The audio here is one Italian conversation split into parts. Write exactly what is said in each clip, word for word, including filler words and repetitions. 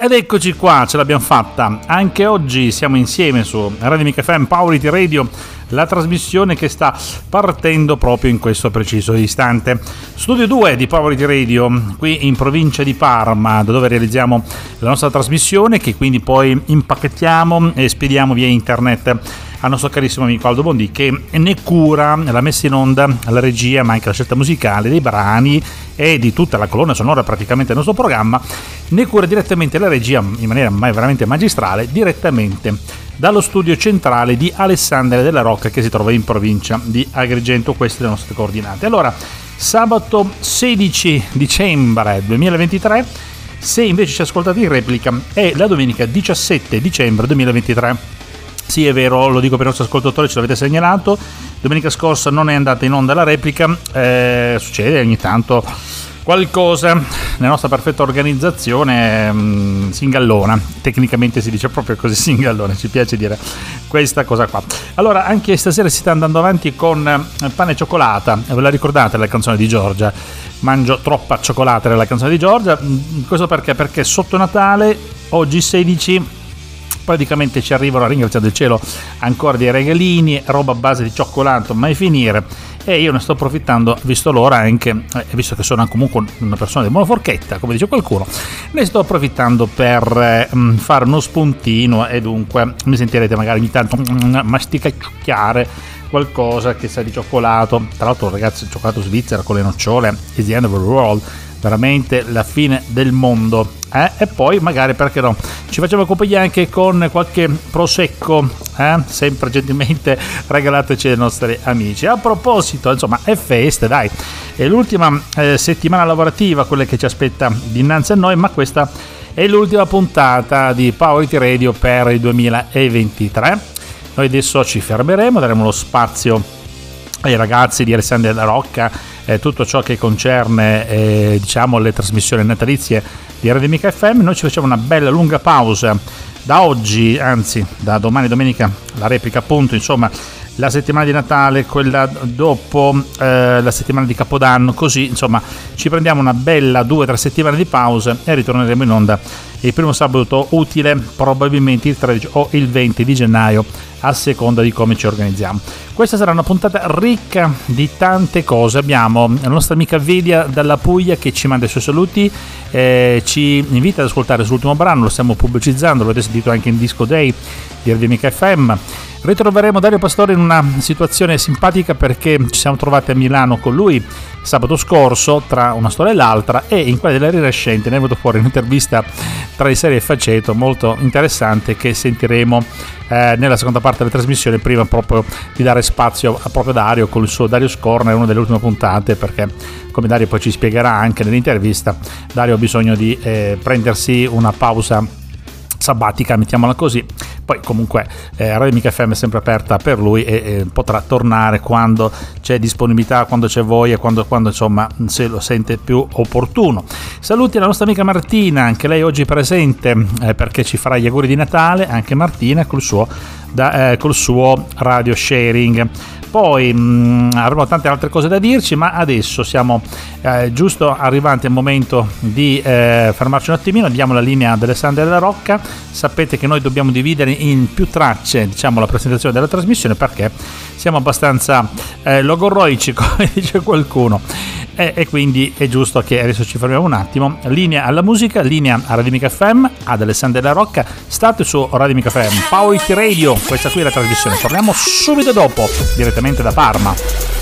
Ed eccoci qua, ce l'abbiamo fatta. Anche oggi siamo insieme su Radio Amica F M Power It Radio, la trasmissione che sta partendo proprio in questo preciso istante. Studio due di Power It Radio, qui in provincia di Parma, da dove realizziamo la nostra trasmissione, che quindi poi impacchettiamo e spediamo via internet al nostro carissimo amico Aldo Bondi, che ne cura la messa in onda, la regia, ma anche la scelta musicale dei brani e di tutta la colonna sonora praticamente del nostro programma. Ne cura direttamente la regia in maniera veramente magistrale, direttamente dallo studio centrale di Alessandria della Rocca, che si trova in provincia di Agrigento. Queste le nostre coordinate. Allora, sabato sedici dicembre duemilaventitré, se invece ci ascoltate in replica è la domenica diciassette dicembre duemilaventitré. Sì, è vero, lo dico per i nostri ascoltatori, ce l'avete segnalato. Domenica scorsa non è andata in onda la replica, eh, succede ogni tanto qualcosa. Nella nostra perfetta organizzazione mh, si ingallona, tecnicamente si dice proprio così, si ingallona, ci piace dire questa cosa qua. Allora, anche stasera si sta andando avanti con pane e cioccolata. Ve la ricordate la canzone di Giorgia? Mangio troppa cioccolata, nella canzone di Giorgia. Questo perché? Perché sotto Natale, oggi sedici, praticamente ci arrivano, ringraziando il cielo, ancora dei regalini, roba a base di cioccolato, mai finire. E io ne sto approfittando, visto l'ora anche, eh, visto che sono comunque una persona di buona forchetta, come dice qualcuno, ne sto approfittando per eh, fare uno spuntino, e dunque mi sentirete magari ogni tanto mm, masticacchiare qualcosa che sa di cioccolato. Tra l'altro, ragazzi, il cioccolato svizzero con le nocciole is the end of the world, veramente la fine del mondo. Eh? E poi magari, perché no, ci facciamo compagnia anche con qualche prosecco, eh? sempre gentilmente regalateci dai nostri amici. A proposito, insomma, è festa, dai, è l'ultima eh, settimana lavorativa quella che ci aspetta dinanzi a noi, ma questa è l'ultima puntata di Power It Radio per il duemilaventitré. Noi adesso ci fermeremo, daremo lo spazio ai ragazzi di Alessandria della Rocca, eh, tutto ciò che concerne eh, diciamo le trasmissioni natalizie di Radio Amica F M. Noi ci facciamo una bella lunga pausa da oggi, anzi da domani domenica la replica, appunto, insomma la settimana di Natale, quella dopo eh, la settimana di Capodanno, così insomma ci prendiamo una bella due o tre settimane di pausa e ritorneremo in onda il primo sabato utile, probabilmente il tredici o il venti di gennaio, a seconda di come ci organizziamo. Questa sarà una puntata ricca di tante cose. Abbiamo la nostra amica Velia dalla Puglia che ci manda i suoi saluti, eh, ci invita ad ascoltare sull'ultimo brano, lo stiamo pubblicizzando, lo avete sentito anche in Disco Day di Radio Amica F M. Ritroveremo Dario Pastore in una situazione simpatica, perché ci siamo trovati a Milano con lui sabato scorso, tra una storia e l'altra, e in quella della Rinascente ne è venuto fuori un'intervista tra i serie e faceto molto interessante, che sentiremo eh, nella seconda parte della trasmissione, prima proprio di dare spazio a proprio Dario con il suo Dario Corner, una delle ultime puntate, perché come Dario poi ci spiegherà anche nell'intervista, Dario ha bisogno di eh, prendersi una pausa sabbatica, mettiamola così. Poi comunque eh, Radio Amica F M è sempre aperta per lui e eh, potrà tornare quando c'è disponibilità, quando c'è voglia, quando, quando insomma se lo sente più opportuno. Saluti alla nostra amica Martina, anche lei oggi presente eh, perché ci farà gli auguri di Natale, anche Martina col suo, da, eh, col suo radio sharing. Poi mh, avremo tante altre cose da dirci, ma adesso siamo eh, giusto arrivanti al momento di eh, fermarci un attimino. Diamo la linea ad Alessandria della Rocca. Sapete che noi dobbiamo dividere in più tracce, diciamo, la presentazione della trasmissione, perché siamo abbastanza eh, logorroici, come dice qualcuno, e, e quindi è giusto che adesso ci fermiamo un attimo. Linea alla musica, linea a Radio Amica F M, ad Alessandria della Rocca. State su Radio Amica F M Power It Radio, questa qui è la trasmissione. Torniamo subito dopo, direttamente da Parma.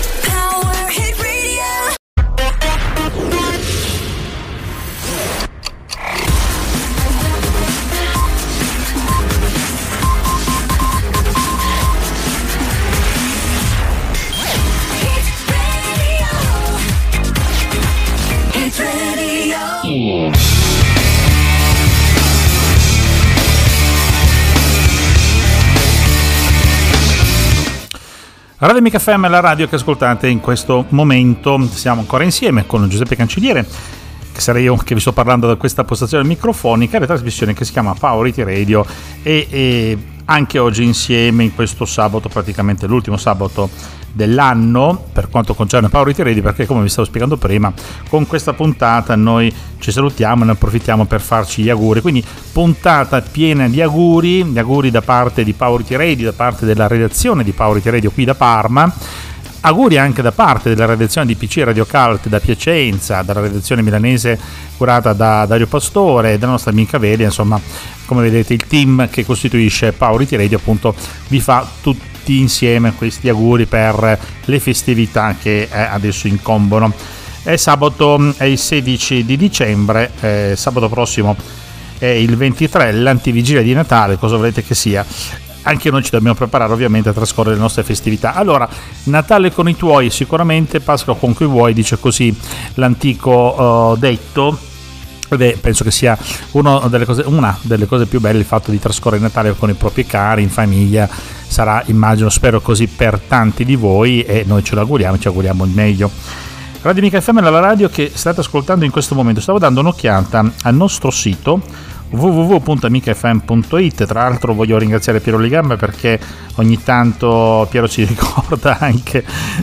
Radio Amica F M è la radio che ascoltate in questo momento. Siamo ancora insieme con Giuseppe Cancelliere, che sarei io che vi sto parlando da questa postazione microfonica, la trasmissione che si chiama Power It Radio, e, e anche oggi insieme in questo sabato, praticamente l'ultimo sabato dell'anno per quanto concerne Power It Radio, perché come vi stavo spiegando prima, con questa puntata noi ci salutiamo e ne approfittiamo per farci gli auguri, quindi puntata piena di auguri, gli auguri da parte di Power It Radio, da parte della redazione di Power It Radio qui da Parma, auguri anche da parte della redazione di P C Radio Cult da Piacenza, dalla redazione milanese curata da Dario Pastore e dalla nostra amica Velia. Insomma, come vedete, il team che costituisce Power It Radio appunto vi fa tutti insieme questi auguri per le festività che eh, adesso incombono. È sabato, è il sedici di dicembre, eh, sabato prossimo è il ventitré, l'antivigilia di Natale, cosa volete che sia. Anche noi ci dobbiamo preparare ovviamente a trascorrere le nostre festività. Allora, Natale con i tuoi sicuramente, Pasqua con cui vuoi, dice così l'antico uh, detto. Beh, penso che sia uno delle cose, una delle cose più belle il fatto di trascorrere Natale con i propri cari, in famiglia. Sarà, immagino, spero così per tanti di voi, e noi ce lo auguriamo, ci auguriamo il meglio. Radio Amica F M è la radio che state ascoltando in questo momento. Stavo dando un'occhiata al nostro sito w w w punto amica f m punto i t. Tra l'altro voglio ringraziare Piero Ligamba, perché ogni tanto Piero ci ricorda anche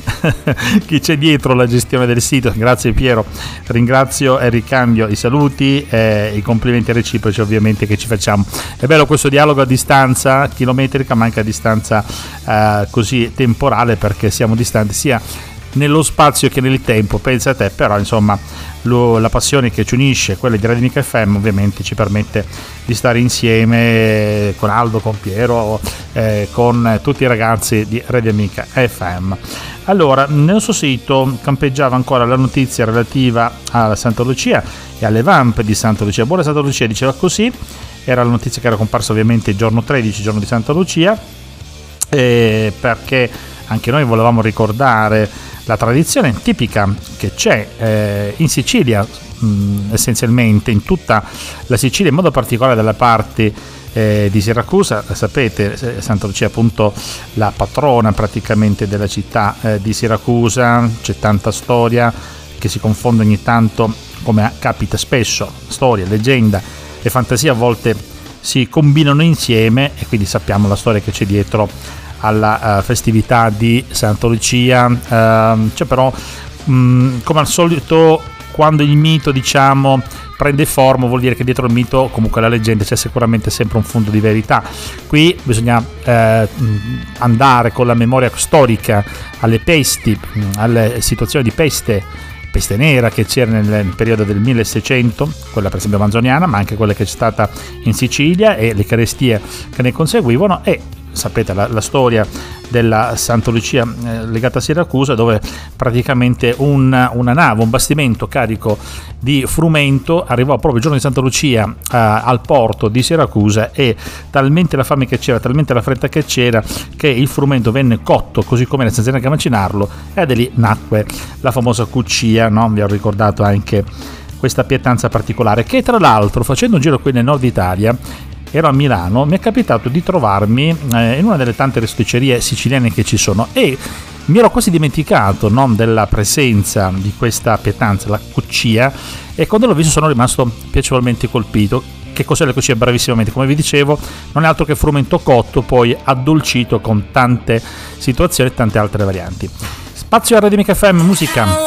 chi c'è dietro la gestione del sito. Grazie Piero, ringrazio e ricambio i saluti e i complimenti reciproci ovviamente che ci facciamo. È bello questo dialogo a distanza chilometrica, ma anche a distanza eh, così temporale, perché siamo distanti sia nello spazio che nel tempo, pensa a te. Però insomma lo, la passione che ci unisce, quella di Radio Amica F M, ovviamente ci permette di stare insieme con Aldo, con Piero, eh, con tutti i ragazzi di Radio Amica F M. Allora, nel suo sito campeggiava ancora la notizia relativa alla Santa Lucia e alle vampe di Santa Lucia. Buona Santa Lucia, diceva così, era la notizia che era comparsa ovviamente il giorno tredici, giorno di Santa Lucia, eh, perché anche noi volevamo ricordare la tradizione tipica che c'è eh, in Sicilia, mh, essenzialmente in tutta la Sicilia, in modo particolare dalla parte eh, di Siracusa. Sapete, Santa Lucia è appunto la patrona praticamente della città eh, di Siracusa. C'è tanta storia che si confonde ogni tanto, come capita spesso. Storia, leggenda e fantasia a volte si combinano insieme, e quindi sappiamo la storia che c'è dietro alla uh, festività di Santa Lucia. Uh, c'è però mh, come al solito, quando il mito, diciamo, prende forma, vuol dire che dietro il mito, comunque la leggenda, c'è sicuramente sempre un fondo di verità. Qui bisogna eh, andare con la memoria storica alle pesti, alle situazioni di peste peste nera che c'era nel, nel periodo del milleseicento, quella per esempio manzoniana, ma anche quella che c'è stata in Sicilia, e le carestie che ne conseguivano. E sapete la, la storia della Santa Lucia eh, legata a Siracusa, dove praticamente un, una nave, un bastimento carico di frumento arrivò proprio il giorno di Santa Lucia eh, al porto di Siracusa, e talmente la fame che c'era, talmente la fretta che c'era, che il frumento venne cotto così com'era senza neanche macinarlo, e da lì nacque la famosa cuccia, no? Vi ho ricordato anche questa pietanza particolare, che tra l'altro, facendo un giro qui nel nord Italia, ero a Milano, mi è capitato di trovarmi eh, in una delle tante rosticcerie siciliane che ci sono, e mi ero quasi dimenticato, no, della presenza di questa pietanza, la cuccia, e quando l'ho visto sono rimasto piacevolmente colpito. Che cos'è la cuccia? Bravissimamente, come vi dicevo, non è altro che frumento cotto, poi addolcito con tante situazioni e tante altre varianti. Spazio a Radio Amica F M, musica.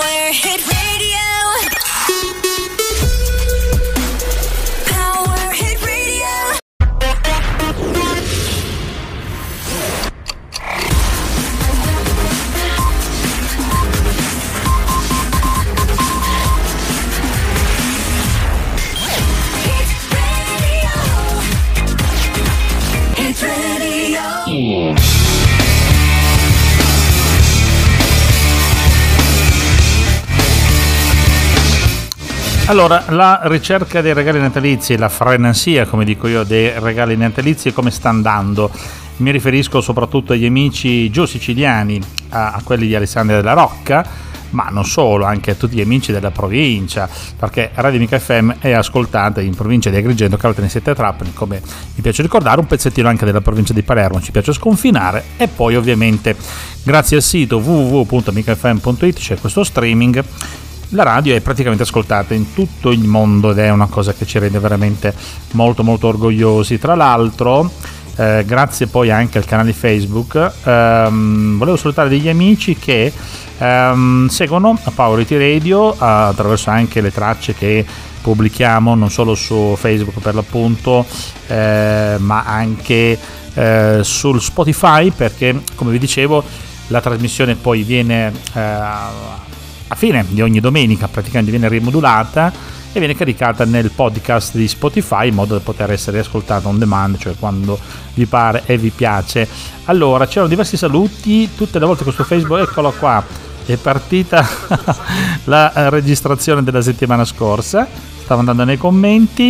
Allora, la ricerca dei regali natalizi, la frenesia, come dico io, dei regali natalizi, come sta andando? Mi riferisco soprattutto agli amici giù siciliani, a, a quelli di Alessandria della Rocca, ma non solo, anche a tutti gli amici della provincia, perché Radio Amica F M è ascoltata in provincia di Agrigento, Caltanissetta e Trapani, come mi piace ricordare, un pezzettino anche della provincia di Palermo, ci piace sconfinare, e poi ovviamente grazie al sito w w w punto amica f m punto i t c'è questo streaming. La radio è praticamente ascoltata in tutto il mondo ed è una cosa che ci rende veramente molto molto orgogliosi. Tra l'altro eh, grazie poi anche al canale Facebook. ehm, volevo salutare degli amici che ehm, seguono Powerity Radio attraverso anche le tracce che pubblichiamo non solo su Facebook per l'appunto, eh, ma anche eh, sul Spotify, perché come vi dicevo la trasmissione poi viene eh, a fine di ogni domenica, praticamente viene rimodulata e viene caricata nel podcast di Spotify in modo da poter essere ascoltata on demand, cioè quando vi pare e vi piace. Allora, c'erano diversi saluti tutte le volte che su Facebook, eccolo qua, è partita la registrazione della settimana scorsa, stavo andando nei commenti.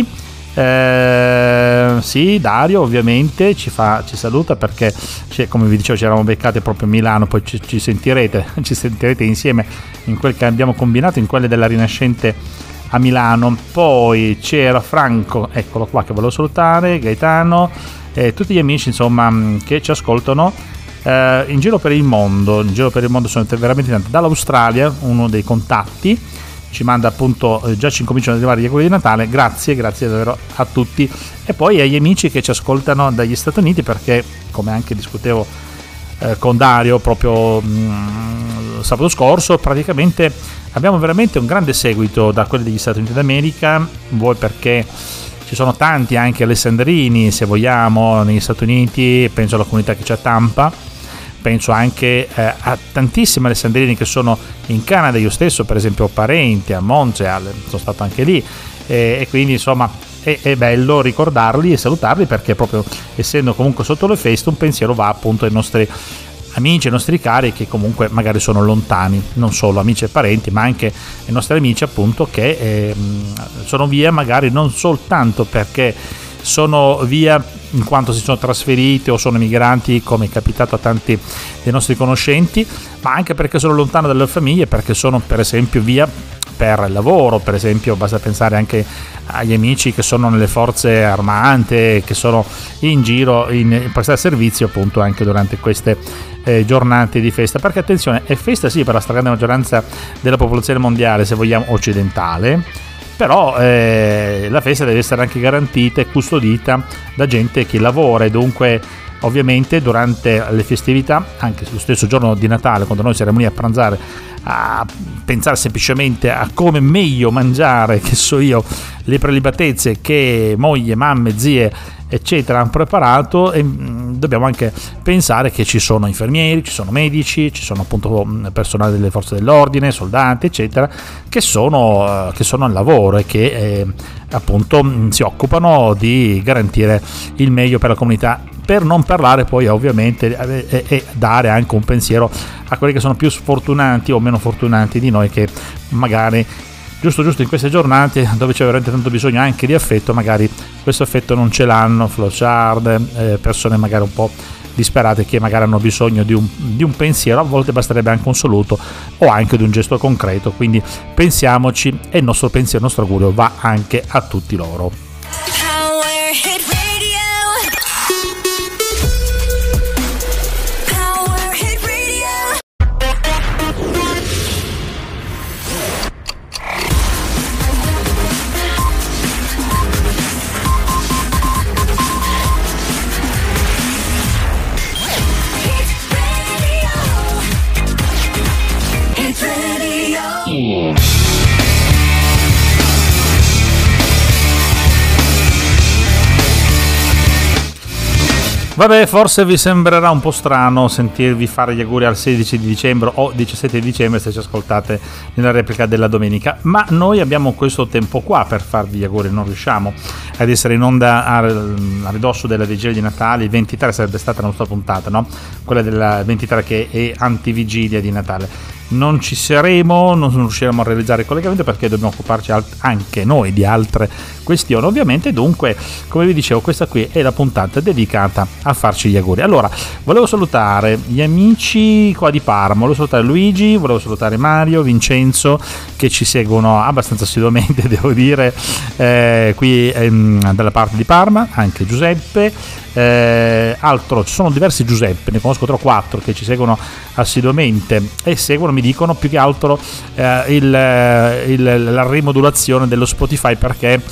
Eh, sì, Dario ovviamente ci fa, ci saluta perché come vi dicevo ci eravamo beccati proprio a Milano, poi ci, ci sentirete ci sentirete insieme in quel che abbiamo combinato in quelle della Rinascente a Milano. Poi c'era Franco, eccolo qua, che volevo salutare, Gaetano e tutti gli amici insomma che ci ascoltano eh, in giro per il mondo. In giro per il mondo sono veramente tanti. Dall'Australia uno dei contatti ci manda appunto, eh, già ci incominciano ad arrivare gli auguri di Natale, grazie, grazie davvero a tutti. E poi agli amici che ci ascoltano dagli Stati Uniti, perché come anche discutevo eh, con Dario proprio mh, sabato scorso, praticamente abbiamo veramente un grande seguito da quelli degli Stati Uniti d'America, vuoi perché ci sono tanti anche alessandrini, se vogliamo, negli Stati Uniti, penso alla comunità che c'è a Tampa, penso anche eh, a tantissimi alessandrini che sono in Canada, io stesso per esempio ho parenti a Montreal, sono stato anche lì, e, e quindi insomma è, è bello ricordarli e salutarli, perché proprio essendo comunque sotto le feste un pensiero va appunto ai nostri amici, ai nostri cari che comunque magari sono lontani, non solo amici e parenti ma anche i nostri amici appunto che eh, sono via magari non soltanto perché sono via in quanto si sono trasferiti o sono migranti, come è capitato a tanti dei nostri conoscenti, ma anche perché sono lontano dalle famiglie, perché sono per esempio via per lavoro. Per esempio basta pensare anche agli amici che sono nelle forze armate, che sono in giro in, in prestare servizio appunto anche durante queste eh, giornate di festa, perché attenzione, è festa sì per la stragrande maggioranza della popolazione mondiale, se vogliamo occidentale, però eh, la festa deve essere anche garantita e custodita da gente che lavora, e dunque ovviamente durante le festività, anche lo stesso giorno di Natale, quando noi saremo lì a pranzare, a pensare semplicemente a come meglio mangiare, che so io, le prelibatezze che moglie, mamme, zie eccetera hanno preparato, e mh, dobbiamo anche pensare che ci sono infermieri, ci sono medici, ci sono appunto personale delle forze dell'ordine, soldati eccetera, che sono, che sono al lavoro e che eh, appunto mh, si occupano di garantire il meglio per la comunità, per non parlare poi ovviamente e eh, eh, dare anche un pensiero a quelli che sono più sfortunati o meno fortunati di noi, che magari giusto giusto in queste giornate dove c'è veramente tanto bisogno anche di affetto, magari questo affetto non ce l'hanno, flowchart, eh, persone magari un po' disperate che magari hanno bisogno di un, di un pensiero, a volte basterebbe anche un saluto o anche di un gesto concreto, quindi pensiamoci e il nostro pensiero, il nostro augurio va anche a tutti loro. Power Hit Radio. Power Hit Radio. Hit Radio. Vabbè, forse vi sembrerà un po' strano sentirvi fare gli auguri al sedici di dicembre o diciassette di dicembre se ci ascoltate nella replica della domenica, ma noi abbiamo questo tempo qua per farvi gli auguri, non riusciamo ad essere in onda a, a ridosso della vigilia di Natale. Il ventitré sarebbe stata la nostra puntata, no? Quella del ventitré che è antivigilia di Natale. Non ci saremo, non riusciremo a realizzare il collegamento perché dobbiamo occuparci alt- anche noi di altre questioni ovviamente. Dunque, come vi dicevo, questa qui è la puntata dedicata a farci gli auguri. Allora, volevo salutare gli amici qua di Parma, volevo salutare Luigi, volevo salutare Mario, Vincenzo, che ci seguono abbastanza assiduamente, devo dire, eh, qui ehm, dalla parte di Parma, anche Giuseppe. Eh, altro, ci sono diversi Giuseppe, ne conosco tre o quattro che ci seguono assiduamente e seguono, mi dicono più che altro eh, il, il, la rimodulazione dello Spotify, perché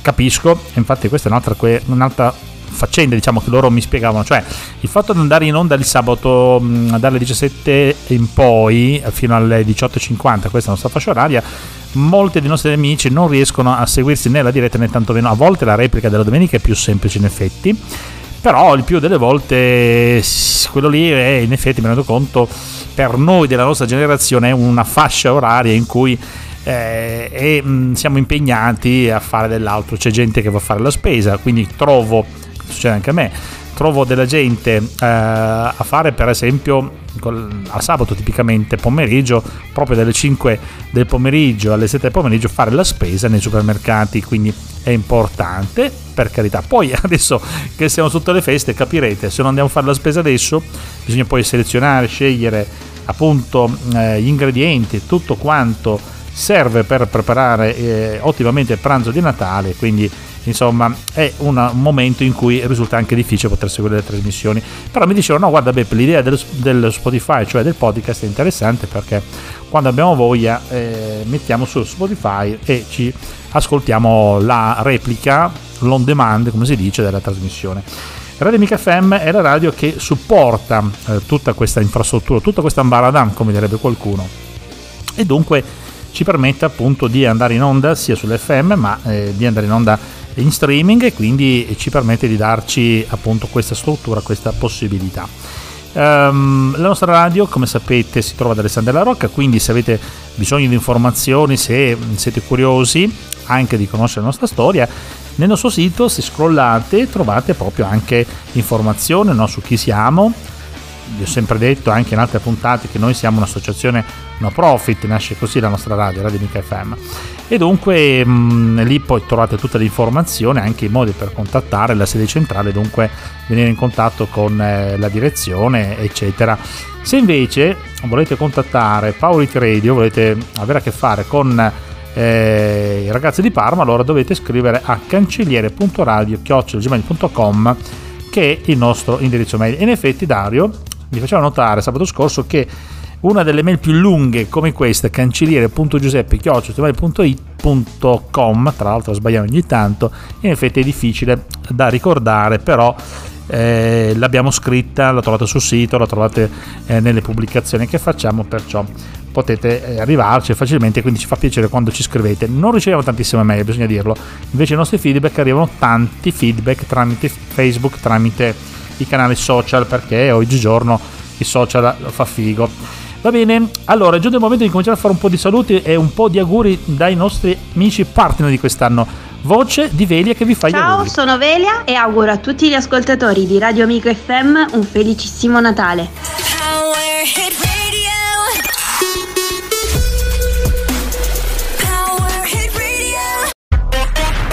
capisco, infatti questa è un'altra, que- un'altra faccenda, diciamo, che loro mi spiegavano, cioè il fatto di andare in onda il sabato mh, dalle diciassette in poi fino alle diciotto e cinquanta, questa è la nostra fascia oraria, molti dei nostri amici non riescono a seguirsi né la diretta né tantomeno, a volte la replica della domenica è più semplice in effetti, però il più delle volte quello lì è, in effetti mi rendo conto, per noi della nostra generazione è una fascia oraria in cui eh, e, mh, siamo impegnati a fare dell'altro, c'è gente che va a fare la spesa, quindi trovo, succede anche a me, trovo della gente eh, a fare per esempio col, a sabato tipicamente pomeriggio, proprio dalle cinque del pomeriggio alle sette del pomeriggio fare la spesa nei supermercati, quindi è importante, per carità. Poi adesso che siamo sotto le feste capirete, se non andiamo a fare la spesa adesso bisogna poi selezionare, scegliere appunto eh, gli ingredienti, tutto quanto serve per preparare eh, ottimamente il pranzo di Natale, quindi insomma è una, un momento in cui risulta anche difficile poter seguire le trasmissioni. Però mi dicevano no, guarda Beppe, l'idea del, del Spotify, cioè del podcast, è interessante perché quando abbiamo voglia eh, mettiamo su Spotify e ci ascoltiamo la replica, l'on demand come si dice, della trasmissione. Radio Amica F M è la radio che supporta eh, tutta questa infrastruttura, tutta questa ambaradam, come direbbe qualcuno, e dunque ci permette appunto di andare in onda sia sull'F M ma eh, di andare in onda in streaming, e quindi ci permette di darci appunto questa struttura, questa possibilità. Um, la nostra radio, come sapete, si trova ad Alessandria La Rocca, quindi se avete bisogno di informazioni, se siete curiosi anche di conoscere la nostra storia, nel nostro sito, se scrollate, trovate proprio anche informazioni, no, su chi siamo. Vi ho sempre detto anche in altre puntate che noi siamo un'associazione no profit, nasce così la nostra radio, Radio Amica F M, e dunque mh, lì poi trovate tutte le informazioni, anche i modi per contattare la sede centrale, dunque venire in contatto con eh, la direzione eccetera. Se invece volete contattare Power It Radio, volete avere a che fare con eh, i ragazzi di Parma, allora dovete scrivere a cancelliere punto radio chiocciola gmail punto com, che è il nostro indirizzo mail. In effetti Dario mi faceva notare sabato scorso che una delle mail più lunghe come questa, cancelliere punto giuseppe chiocciola gmail punto com, tra l'altro sbagliamo ogni tanto, in effetti è difficile da ricordare, però eh, l'abbiamo scritta, la trovate sul sito, la trovate eh, nelle pubblicazioni che facciamo, perciò potete eh, arrivarci facilmente, quindi ci fa piacere quando ci scrivete. Non riceviamo tantissime mail, bisogna dirlo, invece i nostri feedback arrivano tanti feedback tramite Facebook, tramite i canali social, perché oggigiorno i social fa figo. Va bene, allora è giunto il momento di cominciare a fare un po' di saluti e un po' di auguri dai nostri amici partner di quest'anno. Voce di Velia che vi fa gli Ciao, auguri. sono Velia e auguro a tutti gli ascoltatori di Radio Amico F M un felicissimo Natale. Power Hit Radio. Power Hit Radio.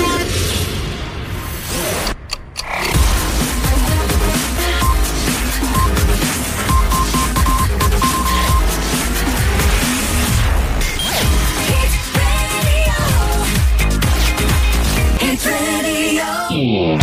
Hit Radio.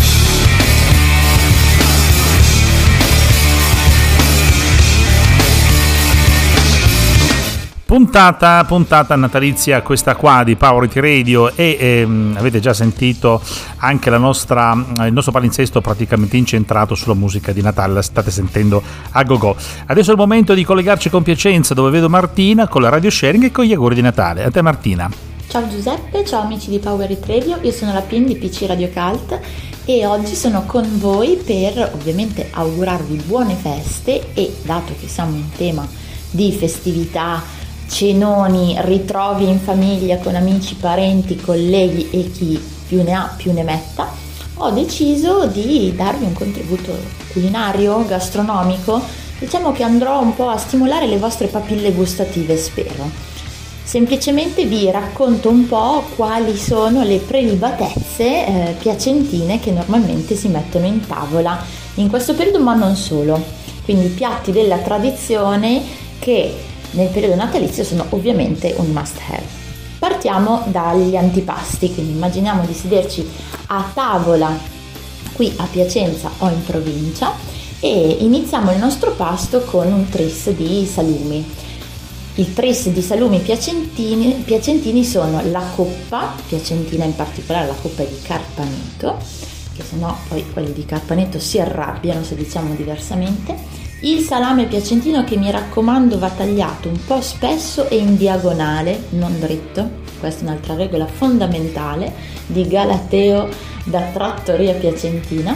Puntata, puntata natalizia questa qua di Power It Radio, e ehm, avete già sentito anche la nostra, il nostro palinsesto praticamente incentrato sulla musica di Natale, la state sentendo a go go. Adesso è il momento di collegarci con Piacenza, dove vedo Martina con la radio sharing e con gli auguri di Natale. A te Martina. Ciao Giuseppe, ciao amici di Power It Radio, io sono la Pin di P C Radio Cult e oggi sono con voi per ovviamente augurarvi buone feste, e dato che siamo in tema di festività, cenoni, ritrovi in famiglia con amici, parenti, colleghi e chi più ne ha più ne metta, ho deciso di darvi un contributo culinario, gastronomico. Diciamo che andrò un po' a stimolare le vostre papille gustative, spero. Semplicemente vi racconto un po' quali sono le prelibatezze eh, piacentine che normalmente si mettono in tavola in questo periodo, ma non solo. Quindi piatti della tradizione che nel periodo natalizio sono ovviamente un must have. Partiamo dagli antipasti, quindi immaginiamo di sederci a tavola qui a Piacenza o in provincia e iniziamo il nostro pasto con un tris di salumi. Il tris di salumi piacentini, piacentini sono la coppa piacentina, in particolare la coppa di Carpaneto, che sennò poi quelli di Carpaneto si arrabbiano se diciamo diversamente. Il salame piacentino, che mi raccomando va tagliato un po' spesso e in diagonale, non dritto, questa è un'altra regola fondamentale di Galateo da Trattoria Piacentina.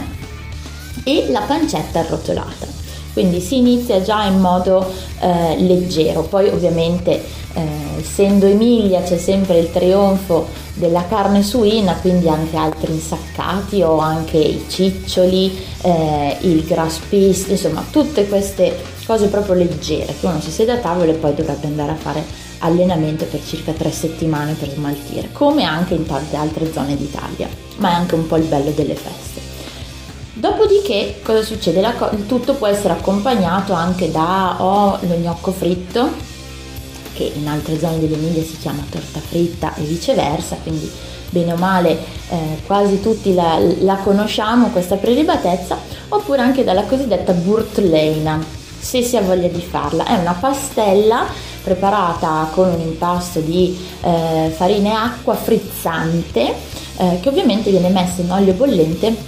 E la pancetta arrotolata, quindi si inizia già in modo eh, leggero. Poi ovviamente eh, essendo Emilia c'è sempre il trionfo della carne suina, quindi anche altri insaccati o anche i ciccioli, eh, il grass peas, insomma tutte queste cose proprio leggere che uno si siede a tavola e poi dovrebbe andare a fare allenamento per circa tre settimane per smaltire, come anche in tante altre zone d'Italia, ma è anche un po' il bello delle feste. Dopodiché cosa succede? La co- il tutto può essere accompagnato anche da o lo gnocco fritto, che in altre zone dell'Emilia si chiama torta fritta e viceversa, quindi bene o male eh, quasi tutti la, la conosciamo questa prelibatezza, oppure anche dalla cosiddetta burtleina, se si ha voglia di farla. È una pastella preparata con un impasto di eh, farina e acqua frizzante, eh, che ovviamente viene messa in olio bollente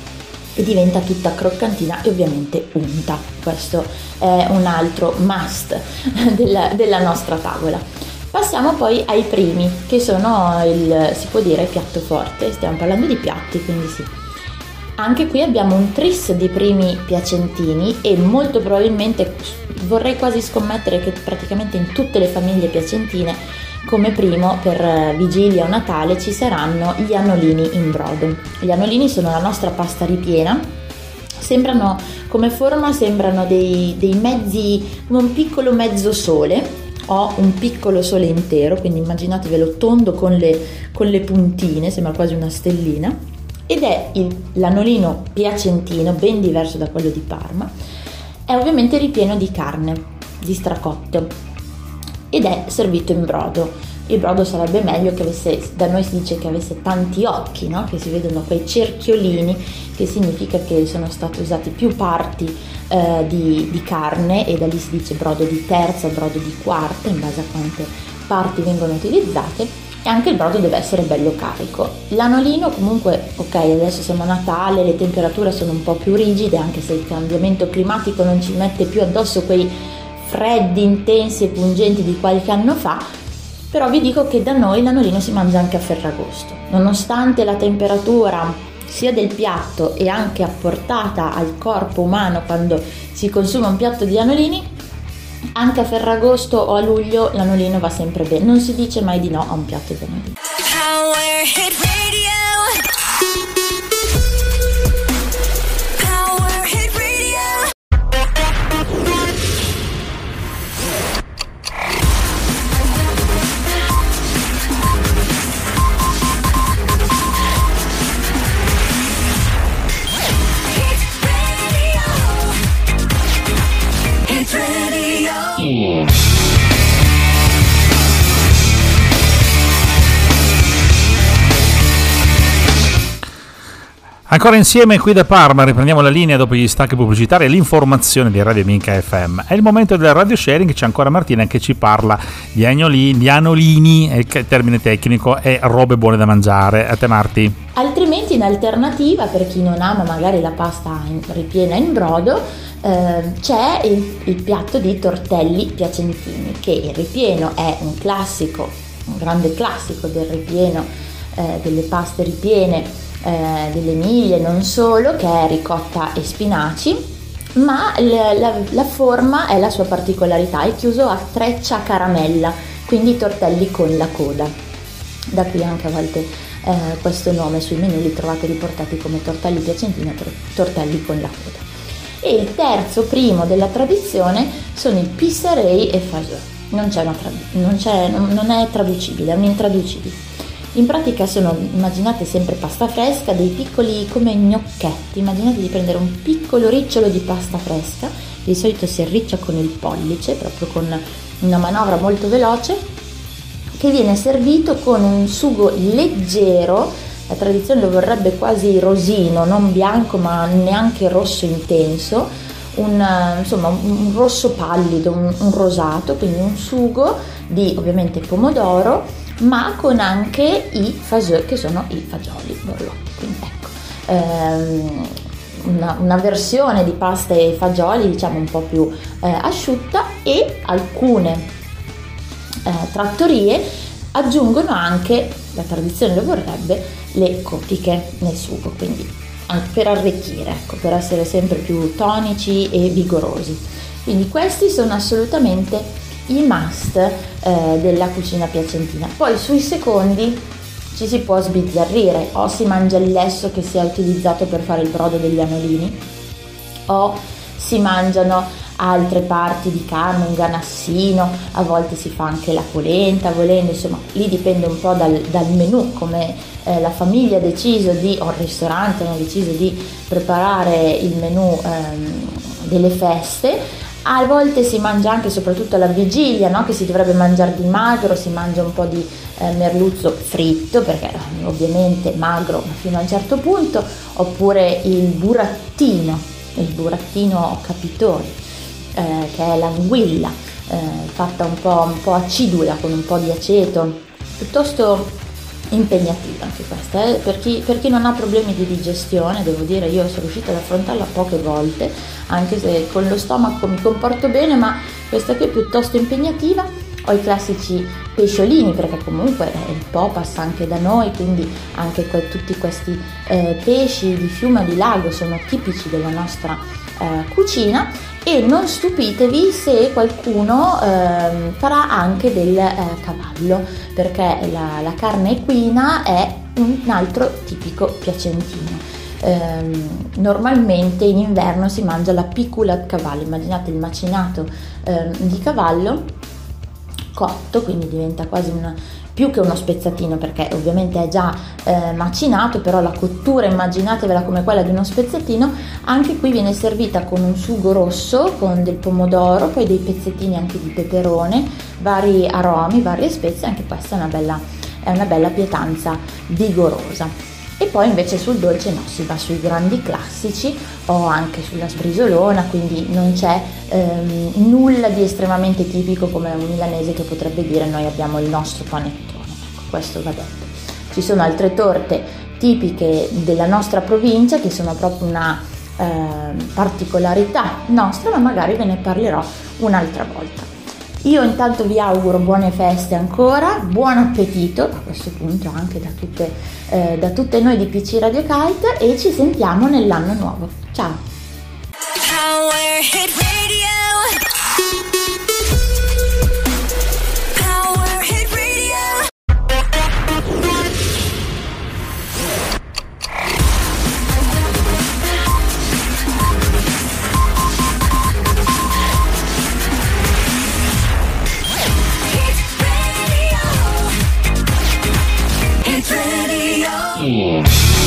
e diventa tutta croccantina e ovviamente unta. Questo è un altro must della, della nostra tavola. Passiamo poi ai primi, che sono il, si può dire, piatto forte. Stiamo parlando di piatti, quindi sì. Anche qui abbiamo un tris di primi piacentini e molto probabilmente vorrei quasi scommettere che praticamente in tutte le famiglie piacentine come primo per vigilia o Natale ci saranno gli annolini in brodo. Gli annolini sono la nostra pasta ripiena, sembrano come forma, sembrano dei, dei mezzi, come un piccolo mezzo sole o un piccolo sole intero, quindi immaginatevelo tondo con le, con le puntine, sembra quasi una stellina, ed è il, l'annolino piacentino, ben diverso da quello di Parma, è ovviamente ripieno di carne, di stracotto, ed è servito in brodo. Il brodo sarebbe meglio che avesse, da noi si dice che avesse tanti occhi, no? Che si vedono quei cerchiolini, che significa che sono state usate più parti eh, di, di carne, e da lì si dice brodo di terza, brodo di quarta, in base a quante parti vengono utilizzate. E anche il brodo deve essere bello carico. L'anolino comunque, ok, adesso siamo a Natale, le temperature sono un po' più rigide, anche se il cambiamento climatico non ci mette più addosso quei freddi intensi e pungenti di qualche anno fa, però vi dico che da noi l'anolino si mangia anche a Ferragosto, nonostante la temperatura sia del piatto e anche apportata al corpo umano quando si consuma un piatto di anolini. Anche a Ferragosto o a luglio l'anolino va sempre bene, non si dice mai di no a un piatto di anolino. Power Hit Radio. Power Hit Radio. Hit Radio. Hit Radio. Ancora insieme qui da Parma, riprendiamo la linea dopo gli stacchi pubblicitari e l'informazione di Radio Amica F M. È il momento del radio sharing, c'è ancora Martina che ci parla di agnolini, di anolini, è il termine tecnico, e robe buone da mangiare. A te Marti. Altrimenti in alternativa, per chi non ama magari la pasta in, ripiena in brodo, eh, c'è il, il piatto di tortelli piacentini, che il ripieno è un classico, un grande classico del ripieno, eh, delle paste ripiene Eh, dell'Emilia, non solo, che è ricotta e spinaci, ma la, la, la forma è la sua particolarità, è chiuso a treccia caramella, quindi tortelli con la coda, da qui anche a volte eh, questo nome sui menù li trovate riportati come tortelli piacentini o tortelli con la coda. E il terzo primo della tradizione sono i pisarei e fasò. Non c'è una trad- non, c'è, non, non è traducibile, è un intraducibile. In pratica sono, immaginate sempre pasta fresca, dei piccoli come gnocchetti, immaginate di prendere un piccolo ricciolo di pasta fresca, di solito si arriccia con il pollice, proprio con una manovra molto veloce, che viene servito con un sugo leggero, la tradizione lo vorrebbe quasi rosino, non bianco ma neanche rosso intenso, un, insomma, un rosso pallido, un, un rosato, quindi un sugo di ovviamente pomodoro, ma con anche i fagioli, che sono i fagioli borlotti. Quindi ecco, ehm, una, una versione di pasta e fagioli diciamo un po' più eh, asciutta, e alcune eh, trattorie aggiungono anche, la tradizione lo vorrebbe, le cotiche nel sugo, quindi anche per arricchire, ecco, per essere sempre più tonici e vigorosi. Quindi questi sono assolutamente i must eh, della cucina piacentina. Poi sui secondi ci si può sbizzarrire: o si mangia il lesso che si è utilizzato per fare il brodo degli anolini, o si mangiano altre parti di carne, un ganassino, a volte si fa anche la polenta, volendo, insomma lì dipende un po' dal, dal menù, come eh, la famiglia ha deciso di, o il ristorante hanno deciso di preparare il menù ehm, delle feste. A volte si mangia anche, soprattutto alla vigilia, no? Che si dovrebbe mangiare di magro, si mangia un po' di eh, merluzzo fritto, perché eh, ovviamente magro fino a un certo punto, oppure il burattino, il burattino capitone, eh, che è l'anguilla, eh, fatta un po', un po' acidula, con un po' di aceto, piuttosto impegnativa anche questa, eh? per, chi, per chi non ha problemi di digestione. Devo dire, io sono riuscita ad affrontarla poche volte, anche se con lo stomaco mi comporto bene, ma questa qui è piuttosto impegnativa. Ho i classici pesciolini, perché comunque eh, il po' passa anche da noi, quindi anche que- tutti questi eh, pesci di fiume o di lago sono tipici della nostra eh, cucina. E non stupitevi se qualcuno eh, farà anche del eh, cavallo, perché la, la carne equina è un altro tipico piacentino. Eh, normalmente in inverno si mangia la piccola di cavallo, immaginate il macinato eh, di cavallo cotto, quindi diventa quasi una, più che uno spezzatino, perché ovviamente è già eh, macinato, però la cottura immaginatevela come quella di uno spezzatino. Anche qui viene servita con un sugo rosso, con del pomodoro, poi dei pezzettini anche di peperone, vari aromi, varie spezie. Anche questa è una bella, è una bella pietanza vigorosa. E poi invece sul dolce no, si va sui grandi classici o anche sulla sbrisolona, quindi non c'è ehm, nulla di estremamente tipico come un milanese che potrebbe dire noi abbiamo il nostro panettone. Ecco, questo va detto. Ci sono altre torte tipiche della nostra provincia che sono proprio una eh, particolarità nostra, ma magari ve ne parlerò un'altra volta. Io intanto vi auguro buone feste ancora, buon appetito a questo punto anche da tutte, eh, da tutte noi di P C Radio Cult, e ci sentiamo nell'anno nuovo. Ciao! Power Hit Radio. Power Hit Radio. Hit Radio.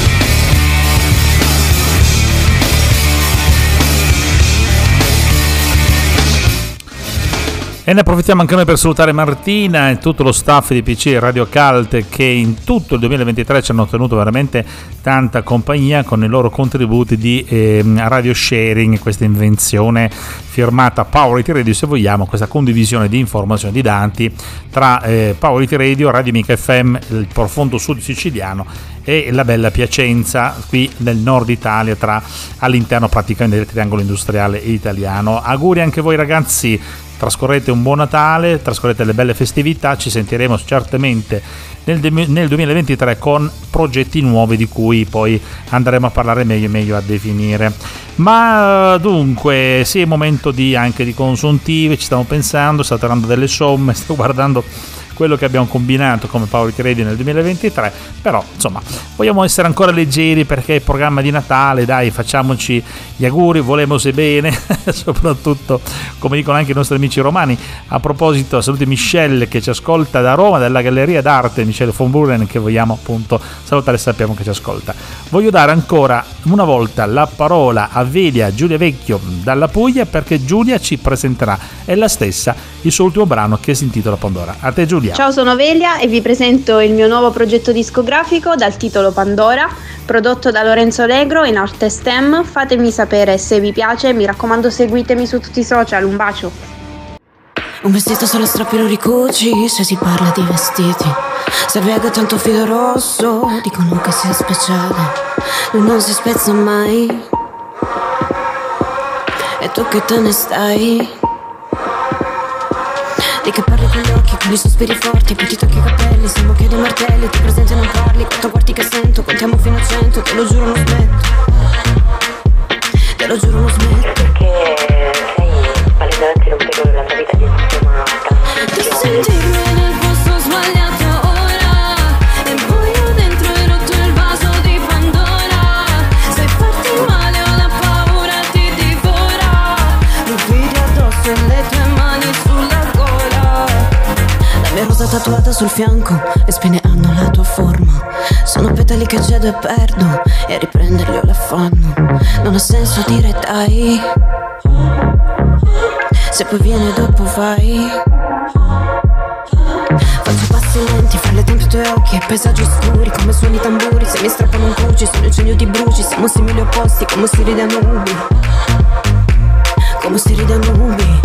E ne approfittiamo anche noi per salutare Martina e tutto lo staff di P C Radio Cult, che in tutto il duemilaventitré ci hanno tenuto veramente tanta compagnia con i loro contributi di eh, radio sharing, questa invenzione firmata Power It Radio, se vogliamo, questa condivisione di informazioni, di dati tra eh, Power It Radio, Radio Amica F M, il profondo sud siciliano e la bella Piacenza qui nel nord Italia, tra all'interno praticamente del triangolo industriale italiano. Auguri anche voi ragazzi, trascorrete un buon Natale, trascorrete le belle festività, ci sentiremo certamente nel, de- nel duemilaventitré con progetti nuovi di cui poi andremo a parlare meglio e meglio a definire. Ma dunque sì, è momento di, anche di consuntivi, ci stiamo pensando, sto tirando delle somme, sto guardando quello che abbiamo combinato come Power It Radio nel duemilaventitré, però insomma vogliamo essere ancora leggeri perché è il programma di Natale, dai, facciamoci gli auguri, volemose bene, soprattutto come dicono anche i nostri amici romani. A proposito, saluti Michelle che ci ascolta da Roma, dalla Galleria d'Arte Michelle von Buren, che vogliamo appunto salutare e sappiamo che ci ascolta. Voglio dare ancora una volta la parola a Velia Giulia Vecchio dalla Puglia, perché Giulia ci presenterà, è la stessa, il suo ultimo brano che si intitola Pandora. A te Giulia. Andiamo. Ciao, sono Velia e vi presento il mio nuovo progetto discografico dal titolo Pandora, prodotto da Lorenzo Allegro in arte STEM. Fatemi sapere se vi piace, mi raccomando seguitemi su tutti i social, un bacio. Un vestito solo strappi lo ricuci, se si parla di vestiti. Se vedo tanto filo rosso, dicono che sia speciale. Lui non si spezza mai. E tu che te ne stai? Di che parli con gli occhi, con i sospiri forti, poi ti tocchi i capelli, siamo che dei martelli, ti presenti e non parli, quattro quarti che sento, contiamo fino a cento, te lo giuro non smetto, te lo giuro non smetto. Perché sei palesemente un periodo della tua vita di sistemata. Di sentirmi nel posto sbagliato ora, e voglio dentro e rotto il vaso di Pandora, sai farti male ho la paura ti divora, mi vedi addosso e le tue mani sulla gola, la mia rosa tatuata sul fianco, le spine hanno la tua forma, sono petali che cedo e perdo, e a riprenderli ho l'affanno, non ha senso dire dai, se poi viene dopo vai. Faccio passi lenti fra le tempie ai tuoi occhi e paesaggi oscuri come suoni i tamburi, se mi strappano un cuci sono il genio di bruci, siamo simili opposti come stili da nubi, come stili da nubi.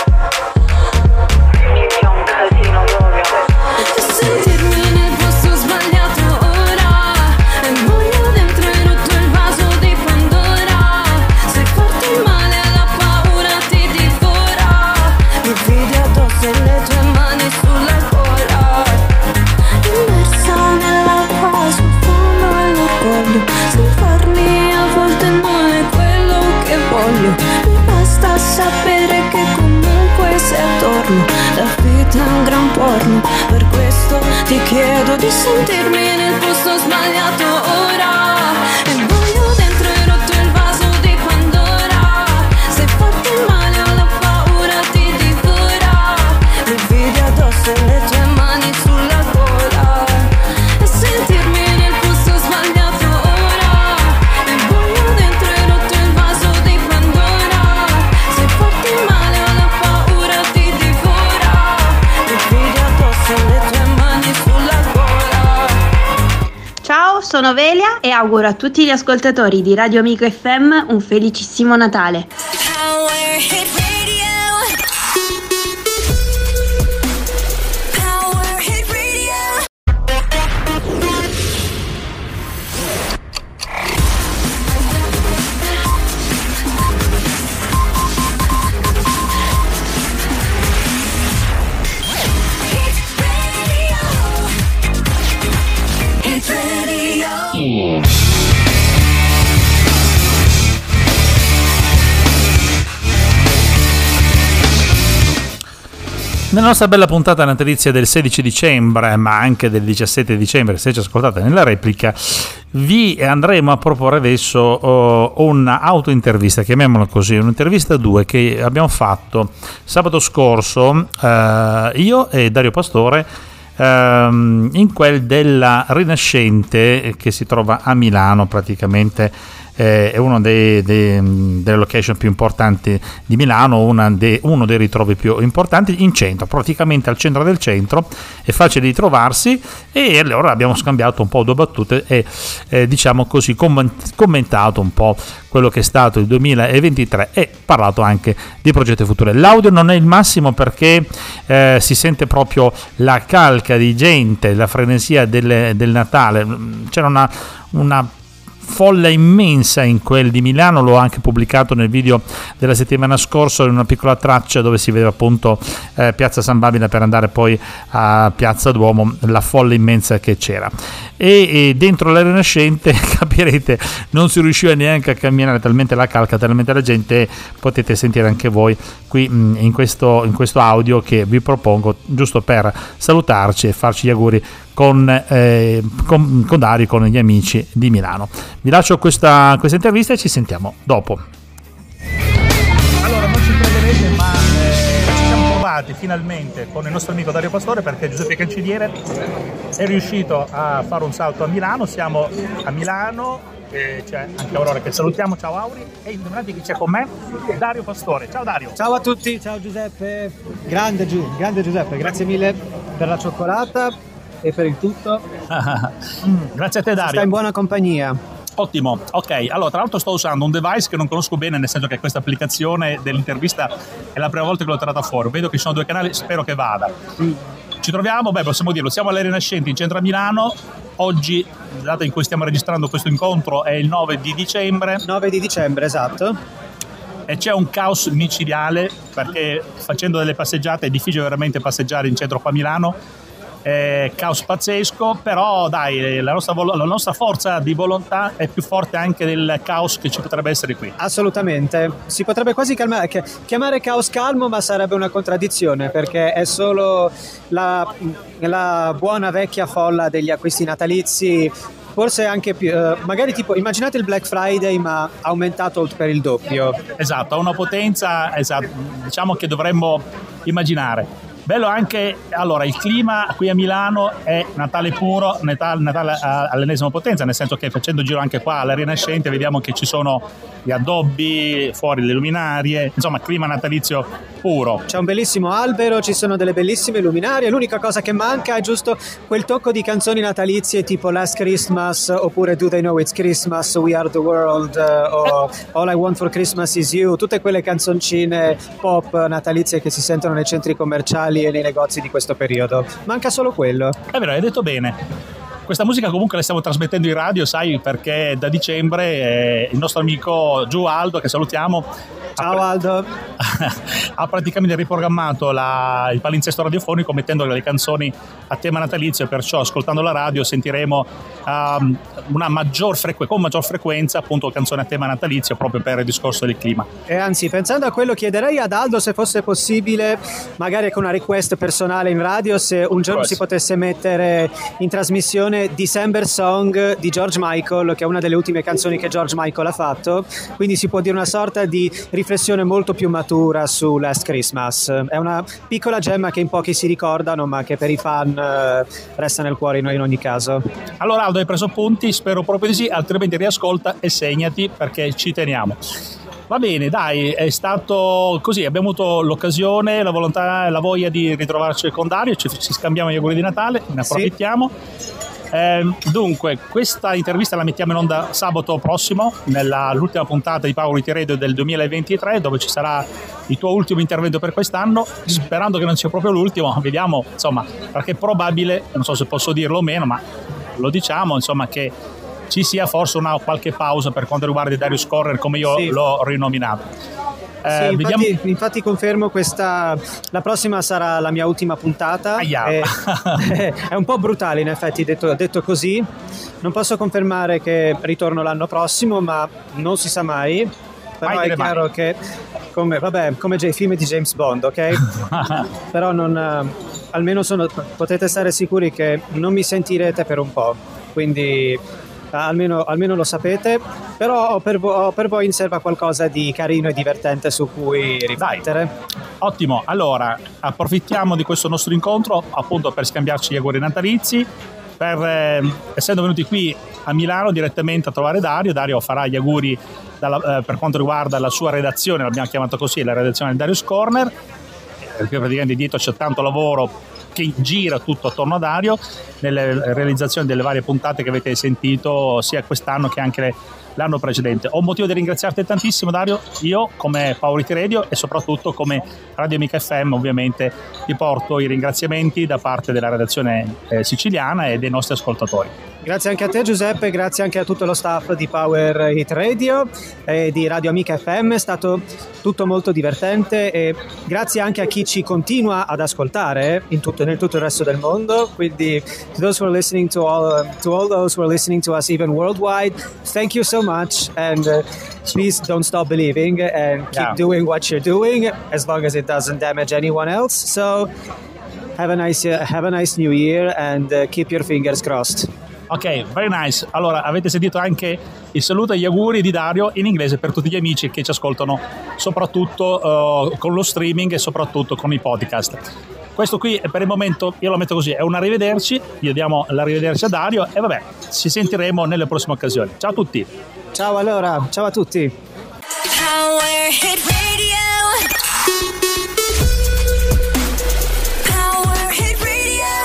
C'è un casino proprio. E sentirmi nel posto sbagliato ora, e voglio dentro e rotto il vaso di Pandora, se farti male la paura ti divora, mi vedi addosso e le tue mani sulla gola, immersa nell'acqua sul fondo all'orgoglio, salvarmi a volte non è quello che voglio, mi basta sapere che comunque sei attorno, la vita è un gran porno, per questo ti chiedo di sentirmi nel posto sbagliato ora, e voglio dentro e rotto il vaso di Pandora, se farti male ho la paura ti divora, mi vedi addosso e le tue mani sulla gola, e sentirmi nel posto sbagliato ora, e voglio dentro e rotto il vaso di Pandora, se farti male ho la paura ti divora, mi vedi addosso e le tue mani sulla gola. Ciao, sono Velia e auguro a tutti gli ascoltatori di Radio Amico F M un felicissimo Natale. Power Hit Radio. Power Hit Radio. Hit Radio. Hit Radio. Nella nostra bella puntata natalizia del sedici dicembre, ma anche del diciassette dicembre, se ci ascoltate nella replica, vi andremo a proporre adesso uh, un'autointervista, chiamiamola così, un'intervista due che abbiamo fatto sabato scorso, uh, io e Dario Pastore, uh, in quel della Rinascente che si trova a Milano praticamente. È uno dei, dei, delle location più importanti di Milano, una de, uno dei ritrovi più importanti in centro, praticamente al centro del centro, è facile di trovarsi, e allora abbiamo scambiato un po' due battute e eh, diciamo così commentato un po' quello che è stato il duemilaventitré e parlato anche di progetti futuri. L'audio non è il massimo perché eh, si sente proprio la calca di gente, la frenesia del, del Natale, c'era una, una folla immensa in quel di Milano, l'ho anche pubblicato nel video della settimana scorsa in una piccola traccia dove si vedeva appunto eh, Piazza San Babila per andare poi a Piazza Duomo, la folla immensa che c'era, e, e dentro la Rinascente capirete non si riusciva neanche a camminare, talmente la calca, talmente la gente, potete sentire anche voi qui mh, in, questo, in questo audio che vi propongo giusto per salutarci e farci gli auguri con, eh, con, con Dario, con gli amici di Milano. Vi lascio questa, questa intervista e ci sentiamo dopo. Allora, non ci crederete, ma eh, ci siamo trovati finalmente con il nostro amico Dario Pastore, perché Giuseppe Cancelliere è riuscito a fare un salto a Milano. Siamo a Milano, eh, c'è anche Aurora che salutiamo. Ciao Auri, e indovinate chi c'è con me? Dario Pastore. Ciao Dario. Ciao a tutti, ciao Giuseppe, grande Giù, grande Giuseppe, grazie mille per la cioccolata e per il tutto. Grazie a te, Dario. Stai in buona compagnia. Ottimo, ok. Allora, tra l'altro sto usando un device che non conosco bene, nel senso che questa applicazione dell'intervista è la prima volta che l'ho tirata fuori. Vedo che ci sono due canali, spero che vada. Ci troviamo, beh, possiamo dirlo, siamo alle Rinascenti in centro a Milano. Oggi, la data in cui stiamo registrando questo incontro, è il nove di dicembre. nove di dicembre, esatto. E c'è un caos micidiale, perché facendo delle passeggiate è difficile veramente passeggiare in centro qua a Milano. È caos pazzesco, però dai, la nostra, vol- la nostra forza di volontà è più forte anche del caos che ci potrebbe essere qui. Assolutamente, si potrebbe quasi calmare, chiamare caos calmo, ma sarebbe una contraddizione, perché è solo la, la buona vecchia folla degli acquisti natalizi, forse anche più, eh, magari tipo, immaginate il Black Friday ma aumentato per il doppio. Esatto, ha una potenza, esatto, diciamo che dovremmo immaginare. Bello anche, allora, il clima qui a Milano è Natale puro, Natale, Natale all'ennesima potenza, nel senso che facendo giro anche qua alla Rinascente vediamo che ci sono gli addobbi, fuori le luminarie, insomma clima natalizio puro. C'è un bellissimo albero, ci sono delle bellissime luminarie, l'unica cosa che manca è giusto quel tocco di canzoni natalizie tipo Last Christmas oppure Do They Know It's Christmas, We Are The World uh, o All I Want For Christmas Is You, tutte quelle canzoncine pop natalizie che si sentono nei centri commerciali e nei negozi di questo periodo. Manca solo quello. È vero, hai detto bene. Questa musica comunque la stiamo trasmettendo in radio, sai, perché da dicembre eh, il nostro amico Giù Aldo, che salutiamo, ciao Aldo, ha praticamente riprogrammato la, il palinsesto radiofonico mettendo le canzoni a tema natalizio, perciò ascoltando la radio sentiremo um, una maggior frequ- con maggior frequenza appunto canzoni a tema natalizio, proprio per il discorso del clima. E anzi, pensando a quello, chiederei ad Aldo se fosse possibile, magari con una request personale in radio, se un giorno si potesse mettere in trasmissione December Song di George Michael, che è una delle ultime canzoni che George Michael ha fatto, quindi si può dire una sorta di riflessione molto più matura su Last Christmas. È una piccola gemma che in pochi si ricordano, ma che per i fan eh, resta nel cuore in, in ogni caso. Allora Aldo, hai preso punti? Spero proprio di sì, altrimenti riascolta e segnati, perché ci teniamo. Va bene, dai, è stato così, abbiamo avuto l'occasione, la volontà e la voglia di ritrovarci con Dario, ci, ci scambiamo gli auguri di Natale, ne approfittiamo. Sì. Eh, dunque, questa intervista la mettiamo in onda sabato prossimo, nell'ultima puntata di Power Radio del duemilaventitré, dove ci sarà il tuo ultimo intervento per quest'anno, sperando che non sia proprio l'ultimo, vediamo, insomma, perché è probabile, non so se posso dirlo o meno, ma lo diciamo, insomma, che ci sia forse una qualche pausa per quanto riguarda Darius Corner, come io sì. l'ho rinominato. Eh, sì, infatti, vediamo... infatti confermo, questa la prossima sarà la mia ultima puntata. E, è un po' brutale in effetti detto, detto così, non posso confermare che ritorno l'anno prossimo, ma non si sa mai. Però mai è chiaro mai. Che come, vabbè, come già i film di James Bond, ok? Però non, almeno sono, potete stare sicuri che non mi sentirete per un po', quindi Almeno, almeno lo sapete, però ho per, vo- ho per voi in serba qualcosa di carino e divertente su cui riflettere. Dai. Ottimo, allora approfittiamo di questo nostro incontro appunto per scambiarci gli auguri natalizi, per, eh, essendo venuti qui a Milano direttamente a trovare Dario. Dario farà gli auguri dalla, eh, per quanto riguarda la sua redazione, l'abbiamo chiamato così, la redazione di Darius Corner, perché praticamente dietro c'è tanto lavoro che gira tutto attorno a Dario nelle realizzazioni delle varie puntate che avete sentito sia quest'anno che anche l'anno precedente. Ho motivo di ringraziarti tantissimo, Dario, io come Power Radio e soprattutto come Radio Amica F M ovviamente ti porto i ringraziamenti da parte della redazione eh, siciliana e dei nostri ascoltatori. Grazie anche a te Giuseppe, grazie anche a tutto lo staff di Power Hit Radio e di Radio Amica F M, è stato tutto molto divertente e grazie anche a chi ci continua ad ascoltare in tutto, nel tutto il resto del mondo, quindi to those who are listening to all, to all those who are listening to us even worldwide, thank you so much and uh, please don't stop believing and keep yeah. doing what you're doing as long as it doesn't damage anyone else. So have a nice, uh, have a nice new year and uh, keep your fingers crossed. Ok, very nice. Allora, avete sentito anche il saluto e gli auguri di Dario in inglese per tutti gli amici che ci ascoltano, soprattutto uh, con lo streaming e soprattutto con i podcast. Questo qui per il momento io lo metto così, è un arrivederci, io diamo l'arrivederci a Dario e vabbè, ci sentiremo nelle prossime occasioni. Ciao a tutti. Ciao allora, ciao a tutti. Power Hit Radio. Power Hit Radio.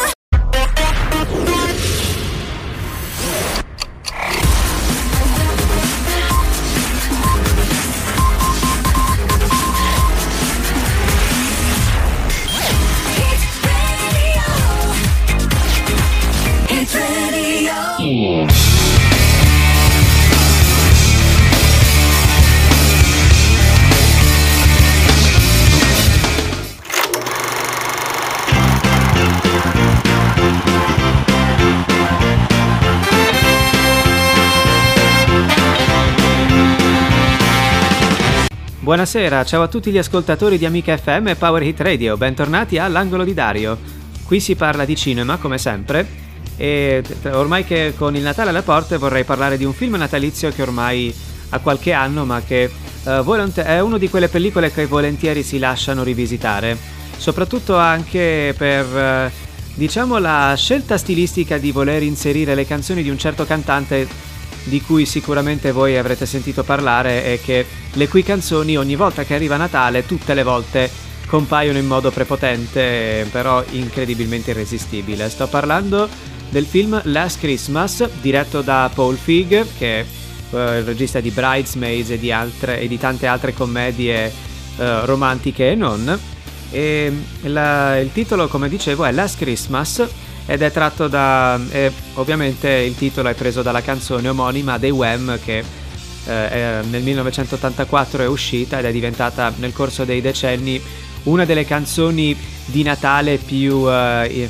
Buonasera, ciao a tutti gli ascoltatori di Amica F M e Power Hit Radio, bentornati all'Angolo di Dario. Qui si parla di cinema, come sempre, e ormai che con il Natale alle porte vorrei parlare di un film natalizio che ormai ha qualche anno, ma che uh, volont- è una di quelle pellicole che volentieri si lasciano rivisitare, soprattutto anche per, uh, diciamo, la scelta stilistica di voler inserire le canzoni di un certo cantante di cui sicuramente voi avrete sentito parlare, e che le cui canzoni ogni volta che arriva Natale, tutte le volte compaiono in modo prepotente, però incredibilmente irresistibile. Sto parlando del film Last Christmas, diretto da Paul Feig, che è uh, il regista di Bridesmaids e di, altre, e di tante altre commedie uh, romantiche e non. E la, il titolo, come dicevo, è Last Christmas, ed è tratto da... Eh, ovviamente il titolo è preso dalla canzone omonima dei Wham, che eh, è, nel millenovecentottantaquattro è uscita ed è diventata nel corso dei decenni una delle canzoni di Natale più, uh, eh,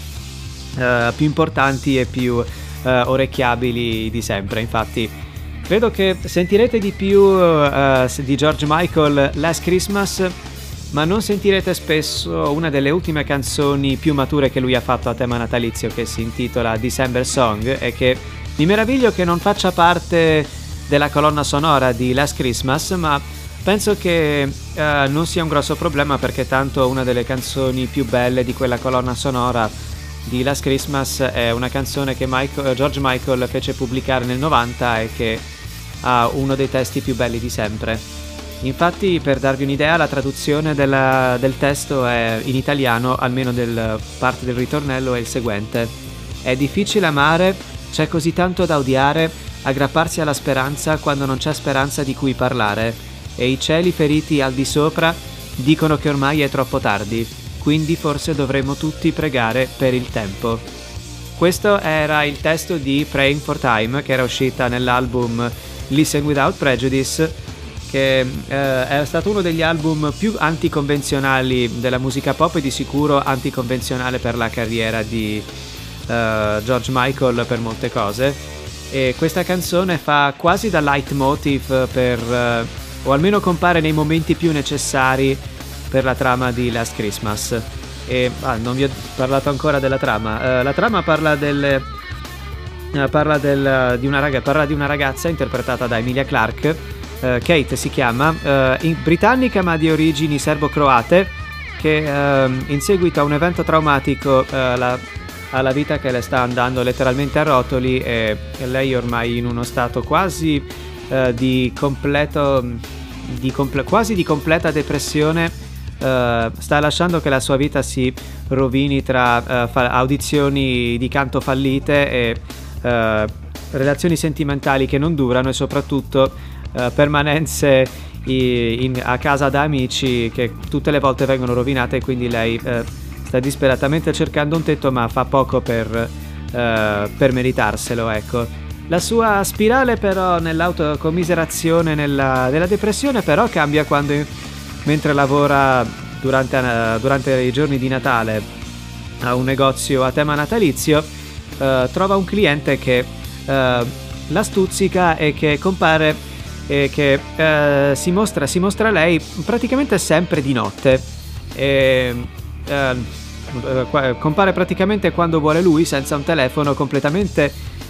uh, più importanti e più uh, orecchiabili di sempre. Infatti credo che sentirete di più uh, di George Michael Last Christmas, ma non sentirete spesso una delle ultime canzoni più mature che lui ha fatto a tema natalizio, che si intitola December Song, e che mi meraviglio che non faccia parte della colonna sonora di Last Christmas, ma penso che uh, non sia un grosso problema, perché tanto una delle canzoni più belle di quella colonna sonora di Last Christmas è una canzone che Michael, George Michael fece pubblicare nel novanta e che ha uno dei testi più belli di sempre. Infatti, per darvi un'idea, la traduzione della, del testo è in italiano, almeno del parte del ritornello, è il seguente: è difficile amare, c'è così tanto da odiare, aggrapparsi alla speranza quando non c'è speranza di cui parlare, e i cieli feriti al di sopra dicono che ormai è troppo tardi, quindi forse dovremmo tutti pregare per il tempo. Questo era il testo di Praying for Time, che era uscita nell'album Listen Without Prejudice, che eh, è stato uno degli album più anticonvenzionali della musica pop, e di sicuro anticonvenzionale per la carriera di eh, George Michael per molte cose. E questa canzone fa quasi da leitmotiv per, eh, o almeno compare nei momenti più necessari per la trama di Last Christmas. E ah, non vi ho parlato ancora della trama. Eh, la trama parla del eh, parla del, di una raga, parla di una ragazza interpretata da Emilia Clarke. Uh, Kate si chiama, uh, in, britannica ma di origini serbo-croate, che uh, in seguito a un evento traumatico uh, la, ha la vita che le sta andando letteralmente a rotoli, e, e lei ormai in uno stato quasi uh, di completo di comple- quasi di completa depressione, uh, sta lasciando che la sua vita si rovini tra uh, fa- audizioni di canto fallite e uh, relazioni sentimentali che non durano, e soprattutto Uh, permanenze i, in, a casa da amici che tutte le volte vengono rovinate, e quindi lei uh, sta disperatamente cercando un tetto, ma fa poco per, uh, per meritarselo, ecco. La sua spirale però nell'autocommiserazione, nella, nella depressione, però cambia quando, mentre lavora durante, uh, durante i giorni di Natale a un negozio a tema natalizio, uh, trova un cliente che uh, la stuzzica e che compare e che eh, si mostra si mostra lei praticamente sempre di notte, e eh, eh, compare praticamente quando vuole lui, senza un telefono, completamente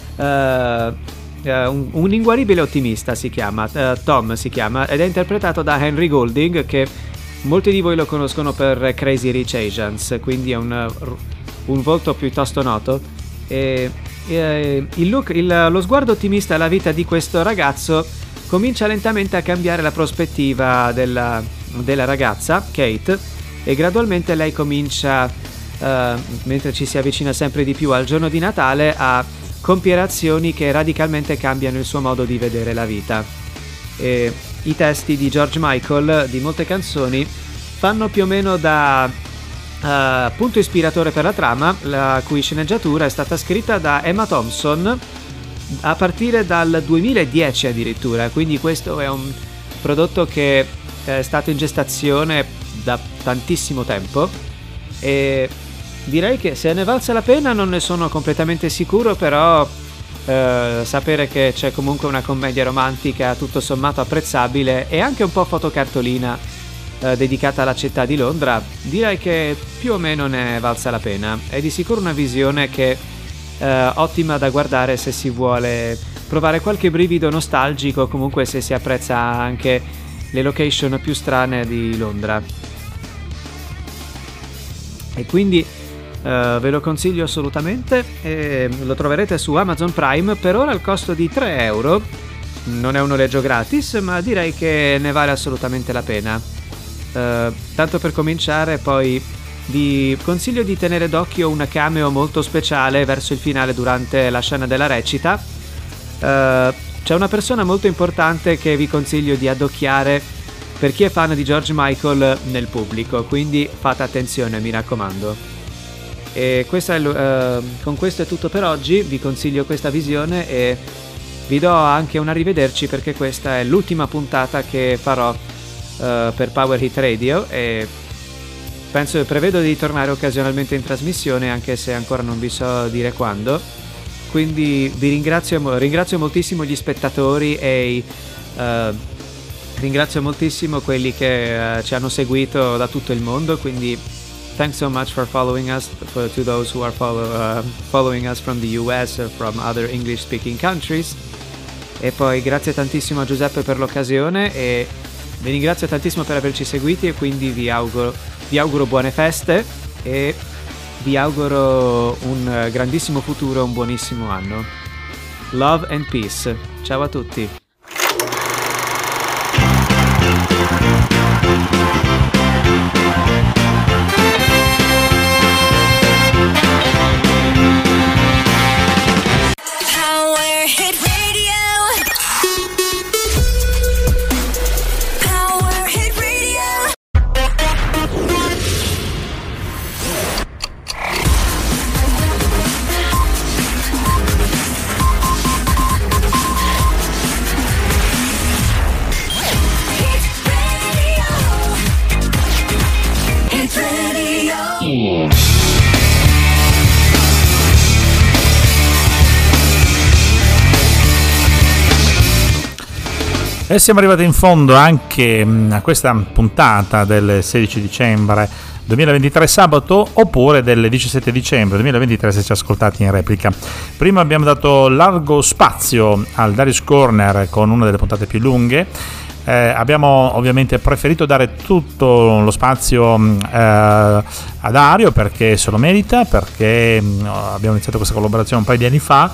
eh, eh, un, un inguaribile ottimista. Si chiama eh, Tom si chiama ed è interpretato da Henry Golding, che molti di voi lo conoscono per Crazy Rich Asians, quindi è un, un volto piuttosto noto. E, e il look, il, lo sguardo ottimista alla vita di questo ragazzo comincia lentamente a cambiare la prospettiva della, della ragazza, Kate, e gradualmente lei comincia, uh, mentre ci si avvicina sempre di più al giorno di Natale, a compiere azioni che radicalmente cambiano il suo modo di vedere la vita. E i testi di George Michael di molte canzoni fanno più o meno da uh, punto ispiratore per la trama, la cui sceneggiatura è stata scritta da Emma Thompson a partire dal duemiladieci addirittura, quindi questo è un prodotto che è stato in gestazione da tantissimo tempo, e direi che se ne valsa la pena non ne sono completamente sicuro, però eh, sapere che c'è comunque una commedia romantica tutto sommato apprezzabile e anche un po' fotocartolina eh, dedicata alla città di Londra, direi che più o meno ne è valsa la pena. È di sicuro una visione che eh, ottima da guardare se si vuole provare qualche brivido nostalgico, comunque se si apprezza anche le location più strane di Londra. E quindi Uh, ve lo consiglio assolutamente, e lo troverete su Amazon Prime per ora al costo di tre euro. Non è un noleggio gratis, ma direi che ne vale assolutamente la pena. Uh, tanto per cominciare, poi vi consiglio di tenere d'occhio una cameo molto speciale verso il finale durante la scena della recita. Uh, c'è una persona molto importante che vi consiglio di addocchiare per chi è fan di George Michael nel pubblico, quindi fate attenzione, mi raccomando. E questa è l- uh, con questo è tutto per oggi, vi consiglio questa visione e vi do anche un arrivederci perché questa è l'ultima puntata che farò uh, per Power Hit Radio e penso prevedo di tornare occasionalmente in trasmissione, anche se ancora non vi so dire quando. Quindi vi ringrazio, ringrazio moltissimo gli spettatori e i, uh, ringrazio moltissimo quelli che uh, ci hanno seguito da tutto il mondo, quindi thanks so much for following us, for, to those who are follow, uh, following us from the U S or from other English speaking countries. E poi grazie tantissimo a Giuseppe per l'occasione e vi ringrazio tantissimo per averci seguiti e quindi vi auguro, vi auguro buone feste e vi auguro un grandissimo futuro, un buonissimo anno. Love and peace. Ciao a tutti. Power Hit Radio. Power Hit Radio. Hit Radio. Hit Radio. E siamo arrivati in fondo anche a questa puntata del sedici dicembre duemilaventitré sabato, oppure del diciassette dicembre duemilaventitré se ci ascoltate in replica. Prima abbiamo dato largo spazio al Darius Corner con una delle puntate più lunghe. Eh, abbiamo ovviamente preferito dare tutto lo spazio eh, a Dario perché se lo merita, perché mh, abbiamo iniziato questa collaborazione un paio di anni fa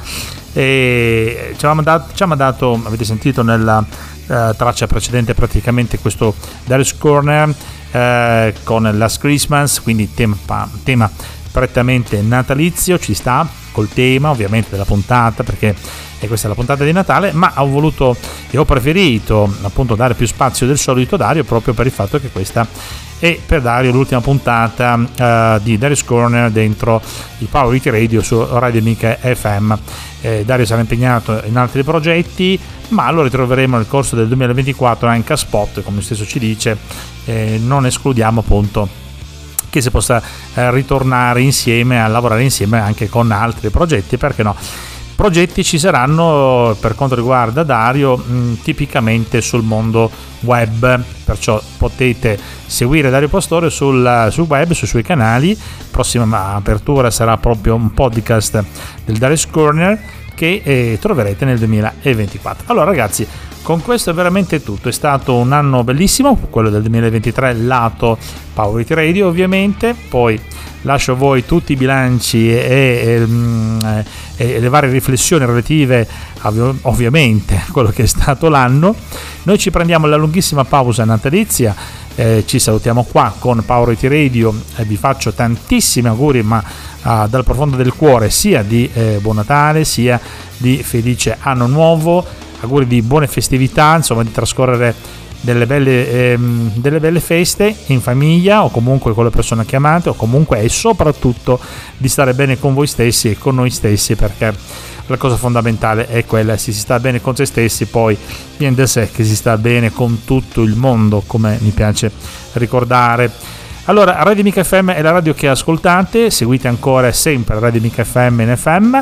e ci avevamo dato, ci avevamo dato, avete sentito nella eh, traccia precedente praticamente questo Darius Corner eh, con Last Christmas, quindi tema, tema prettamente natalizio, ci sta col tema ovviamente della puntata perché e questa è la puntata di Natale, ma ho voluto e ho preferito appunto dare più spazio del solito a Dario proprio per il fatto che questa è per Dario l'ultima puntata uh, di Darius Corner dentro il Power Hit Radio su Radio Amica F M. Eh, Dario sarà impegnato in altri progetti, ma lo ritroveremo nel corso del duemilaventiquattro anche a spot, come stesso ci dice, eh, non escludiamo appunto che si possa eh, ritornare insieme a lavorare insieme anche con altri progetti, perché no? Progetti ci saranno per quanto riguarda Dario mh, tipicamente sul mondo web, perciò potete seguire Dario Pastore sul, sul web, sui suoi canali. Prossima apertura sarà proprio un podcast del Darius Corner che eh, troverete nel duemilaventiquattro. Allora ragazzi, con questo è veramente tutto, è stato un anno bellissimo, quello del duemilaventitré lato Power Hit Radio ovviamente, poi lascio a voi tutti i bilanci e, e, e le varie riflessioni relative a, ovviamente a quello che è stato l'anno. Noi ci prendiamo la lunghissima pausa natalizia, eh, ci salutiamo qua con Power Hit Radio e vi faccio tantissimi auguri, ma uh, dal profondo del cuore, sia di eh, Buon Natale sia di felice anno nuovo, auguri di buone festività, insomma di trascorrere delle belle, ehm, delle belle feste in famiglia o comunque con le persone che amate, o comunque e soprattutto di stare bene con voi stessi e con noi stessi, perché la cosa fondamentale è quella: se si sta bene con se stessi poi viene da sé che si sta bene con tutto il mondo, come mi piace ricordare. Allora, Radio Amica F M è la radio che ascoltate, seguite ancora sempre Radio Amica F M in F M,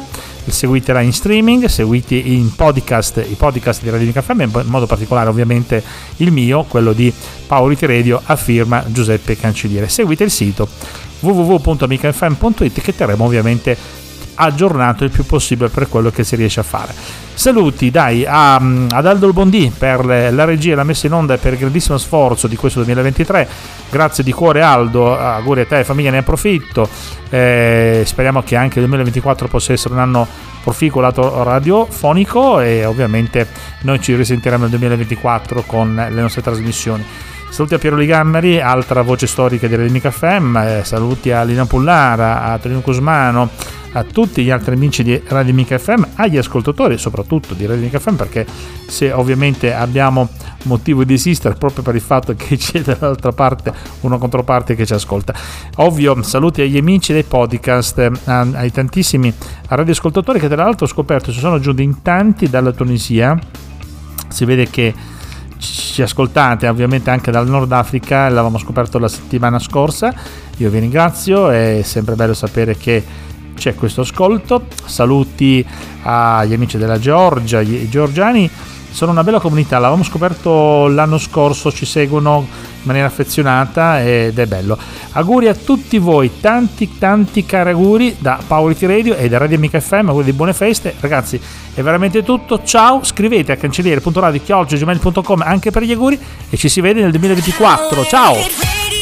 seguitela in streaming, seguiti in podcast, i podcast di Radio Amica F M, in modo particolare ovviamente il mio, quello di Power Radio a firma Giuseppe Cancelliere. Seguite il sito w w w punto amica f m punto it che terremo ovviamente aggiornato il più possibile per quello che si riesce a fare. Saluti dai a, ad Aldo Bondi per le, la regia e la messa in onda e per il grandissimo sforzo di questo duemilaventitré. Grazie di cuore Aldo, auguri a te e famiglia, ne approfitto. Eh, speriamo che anche il duemilaventiquattro possa essere un anno proficuo lato radiofonico e ovviamente noi ci risentiremo nel duemilaventiquattro con le nostre trasmissioni. Saluti a Piero Ligammari, altra voce storica di Radio Amica F M, eh, saluti a Lina Pullara, a Tonino Cusmano, a tutti gli altri amici di Radio Amica F M, agli ascoltatori soprattutto di Radio Amica F M, perché se ovviamente abbiamo motivo di esistere proprio per il fatto che c'è dall'altra parte una controparte che ci ascolta. Ovvio, saluti agli amici dei podcast, ai tantissimi radioascoltatori che tra l'altro ho scoperto si sono aggiunti in tanti dalla Tunisia. Si vede che ci ascoltate ovviamente anche dal Nord Africa, l'avevamo scoperto la settimana scorsa. Io vi ringrazio, è sempre bello sapere che c'è questo ascolto. Saluti agli amici della Georgia, i georgiani sono una bella comunità, l'avevamo scoperto l'anno scorso, ci seguono in maniera affezionata ed è bello. Auguri a tutti voi, tanti tanti cari auguri da Power Radio e da Radio Amica F M, auguri di buone feste ragazzi, è veramente tutto. Ciao, scrivete a cancelliere punto radio chiocciola gmail punto com anche per gli auguri e ci si vede nel duemilaventiquattro. Ciao.